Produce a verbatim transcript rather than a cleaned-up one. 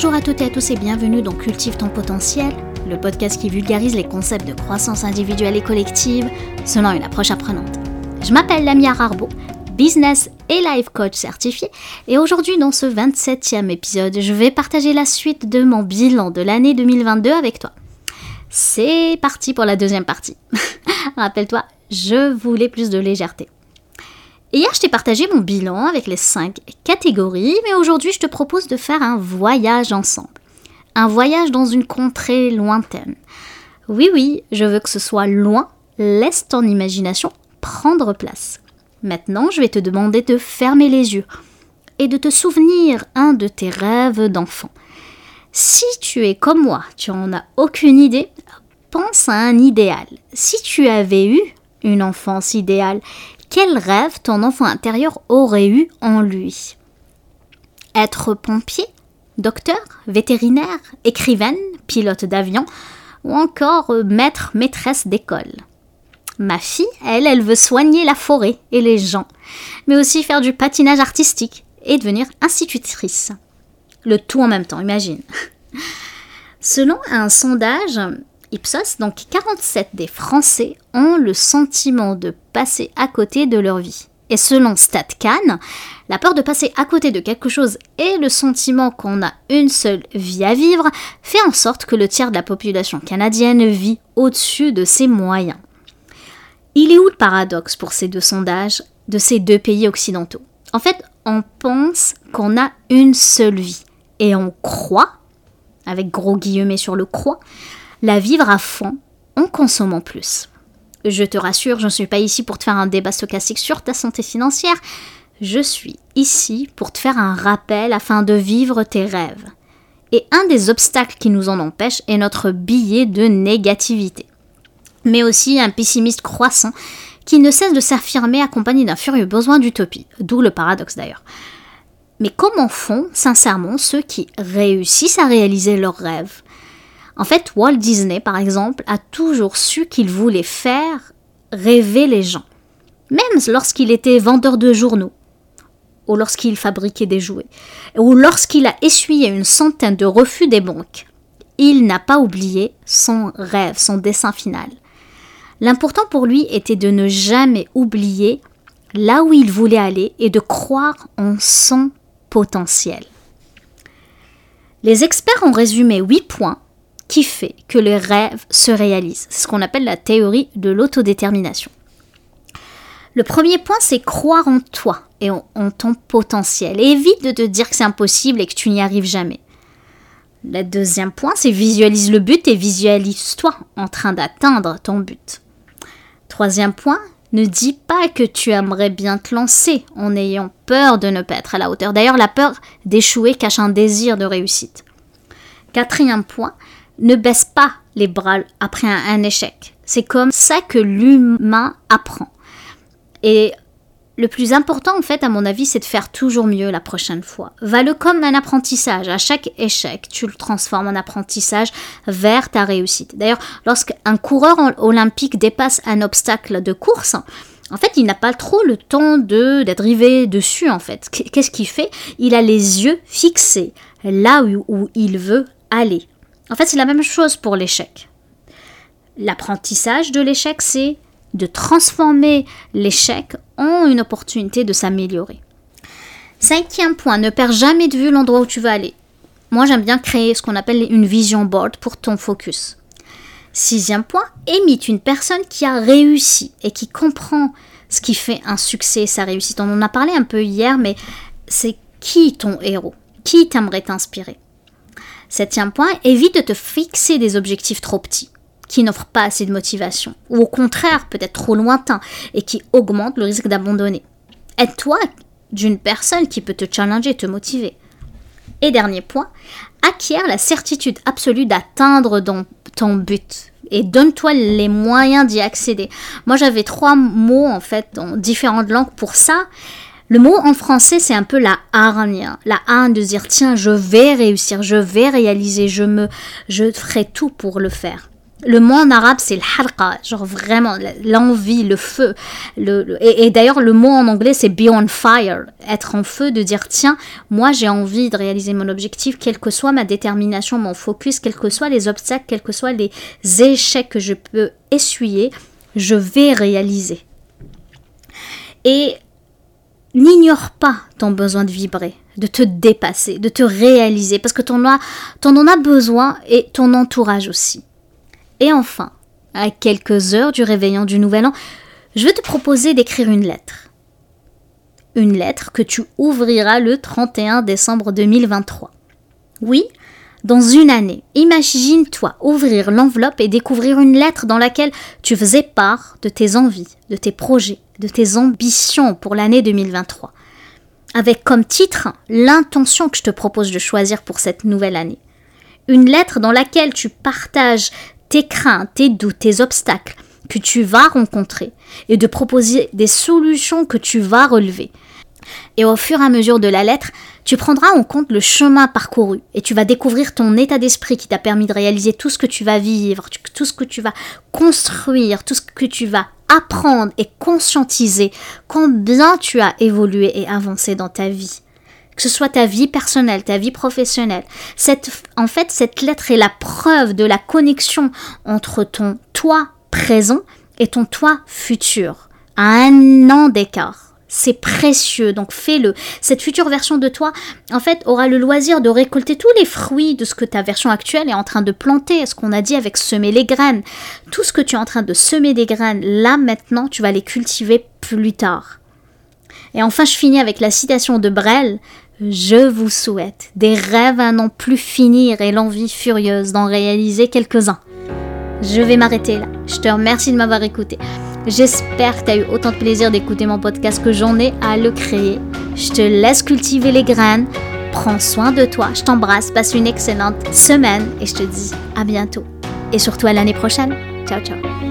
Bonjour à toutes et à tous et bienvenue dans Cultive ton potentiel, le podcast qui vulgarise les concepts de croissance individuelle et collective selon une approche apprenante. Je m'appelle Lamia Rarbo, business et life coach certifié, et aujourd'hui dans ce vingt-septième épisode, je vais partager la suite de mon bilan de l'année deux mille vingt-deux avec toi. C'est parti pour la deuxième partie. Rappelle-toi, je voulais plus de légèreté. Hier, je t'ai partagé mon bilan avec les cinq catégories, mais aujourd'hui, je te propose de faire un voyage ensemble. Un voyage dans une contrée lointaine. Oui, oui, je veux que ce soit loin, laisse ton imagination prendre place. Maintenant, je vais te demander de fermer les yeux et de te souvenir un de tes rêves d'enfant. Si tu es comme moi, tu n'en as aucune idée, pense à un idéal. Si tu avais eu une enfance idéale, quel rêve ton enfant intérieur aurait eu en lui? Être pompier, docteur, vétérinaire, écrivaine, pilote d'avion ou encore maître, maîtresse d'école. Ma fille, elle, elle veut soigner la forêt et les gens, mais aussi faire du patinage artistique et devenir institutrice. Le tout en même temps, imagine. Selon un sondage Ipsos, donc quarante-sept des Français ont le sentiment de passer à côté de leur vie. Et selon StatCan, la peur de passer à côté de quelque chose et le sentiment qu'on a une seule vie à vivre fait en sorte que le tiers de la population canadienne vit au-dessus de ses moyens. Il est où le paradoxe pour ces deux sondages de ces deux pays occidentaux? En fait, on pense qu'on a une seule vie et on croit, avec gros guillemets sur le croit, la vivre à fond en consommant plus. Je te rassure, je ne suis pas ici pour te faire un débat stochastique sur ta santé financière. Je suis ici pour te faire un rappel afin de vivre tes rêves. Et un des obstacles qui nous en empêche est notre billet de négativité. Mais aussi un pessimiste croissant qui ne cesse de s'affirmer accompagné d'un furieux besoin d'utopie. D'où le paradoxe d'ailleurs. Mais comment font sincèrement ceux qui réussissent à réaliser leurs rêves? En fait, Walt Disney, par exemple, a toujours su qu'il voulait faire rêver les gens. Même lorsqu'il était vendeur de journaux, ou lorsqu'il fabriquait des jouets, ou lorsqu'il a essuyé une centaine de refus des banques. Il n'a pas oublié son rêve, son dessein final. L'important pour lui était de ne jamais oublier là où il voulait aller et de croire en son potentiel. Les experts ont résumé huit points qui fait que les rêves se réalisent. C'est ce qu'on appelle la théorie de l'autodétermination. Le premier point, c'est croire en toi et en, en ton potentiel. Et évite de te dire que c'est impossible et que tu n'y arrives jamais. Le deuxième point, c'est visualise le but et visualise-toi en train d'atteindre ton but. Troisième point, ne dis pas que tu aimerais bien te lancer en ayant peur de ne pas être à la hauteur. D'ailleurs, la peur d'échouer cache un désir de réussite. Quatrième point, ne baisse pas les bras après un, un échec. C'est comme ça que l'humain apprend. Et le plus important, en fait, à mon avis, c'est de faire toujours mieux la prochaine fois. Va-le comme un apprentissage. À chaque échec, tu le transformes en apprentissage vers ta réussite. D'ailleurs, lorsqu'un coureur olympique dépasse un obstacle de course, en fait, il n'a pas trop le temps de, d'être rivé dessus, en fait. Qu'est-ce qu'il fait? Il a les yeux fixés là où, où il veut aller. En fait, c'est la même chose pour l'échec. L'apprentissage de l'échec, c'est de transformer l'échec en une opportunité de s'améliorer. Cinquième point, ne perds jamais de vue l'endroit où tu veux aller. Moi, j'aime bien créer ce qu'on appelle une vision board pour ton focus. Sixième point, imite une personne qui a réussi et qui comprend ce qui fait un succès, sa réussite. On en a parlé un peu hier, mais c'est qui ton héros? Qui t'aimerait t'inspirer? Septième point, évite de te fixer des objectifs trop petits, qui n'offrent pas assez de motivation, ou au contraire, peut-être trop lointains, et qui augmentent le risque d'abandonner. Aide-toi d'une personne qui peut te challenger, te motiver. Et dernier point, acquiert la certitude absolue d'atteindre ton but, et donne-toi les moyens d'y accéder. Moi, j'avais trois mots, en fait, dans différentes langues pour ça. Le mot en français, c'est un peu la hargne. La hargne de dire, tiens, je vais réussir, je vais réaliser, je, me, je ferai tout pour le faire. Le mot en arabe, c'est le harqa, genre vraiment l'envie, le feu. Le, le, et, et d'ailleurs, le mot en anglais, c'est be on fire, être en feu, de dire tiens, moi j'ai envie de réaliser mon objectif, quelle que soit ma détermination, mon focus, quels que soient les obstacles, quels que soient les échecs que je peux essuyer, je vais réaliser. Et n'ignore pas ton besoin de vibrer, de te dépasser, de te réaliser, parce que t'en as, t'en en as besoin et ton entourage aussi. Et enfin, à quelques heures du réveillon du Nouvel An, je vais te proposer d'écrire une lettre. Une lettre que tu ouvriras le trente et un décembre deux mille vingt-trois. Oui, dans une année, imagine-toi ouvrir l'enveloppe et découvrir une lettre dans laquelle tu faisais part de tes envies, de tes projets, de tes ambitions pour l'année deux mille vingt-trois. Avec comme titre l'intention que je te propose de choisir pour cette nouvelle année. Une lettre dans laquelle tu partages tes craintes, tes doutes, tes obstacles que tu vas rencontrer et de proposer des solutions que tu vas relever. Et au fur et à mesure de la lettre, tu prendras en compte le chemin parcouru et tu vas découvrir ton état d'esprit qui t'a permis de réaliser tout ce que tu vas vivre, tout ce que tu vas construire, tout ce que tu vas apprendre et conscientiser, combien tu as évolué et avancé dans ta vie. Que ce soit ta vie personnelle, ta vie professionnelle. Cette, en fait, cette lettre est la preuve de la connexion entre ton toi présent et ton toi futur, à un an d'écart. C'est précieux, donc fais-le. Cette future version de toi, en fait, aura le loisir de récolter tous les fruits de ce que ta version actuelle est en train de planter, ce qu'on a dit avec semer les graines. Tout ce que tu es en train de semer des graines, là, maintenant, tu vas les cultiver plus tard. Et enfin, je finis avec la citation de Brel. Je vous souhaite des rêves à n'en plus finir et l'envie furieuse d'en réaliser quelques-uns. Je vais m'arrêter là. Je te remercie de m'avoir écouté. J'espère que tu as eu autant de plaisir d'écouter mon podcast que j'en ai à le créer. Je te laisse cultiver les graines. Prends soin de toi. Je t'embrasse. Passe une excellente semaine et je te dis à bientôt. Et surtout à l'année prochaine. Ciao, ciao.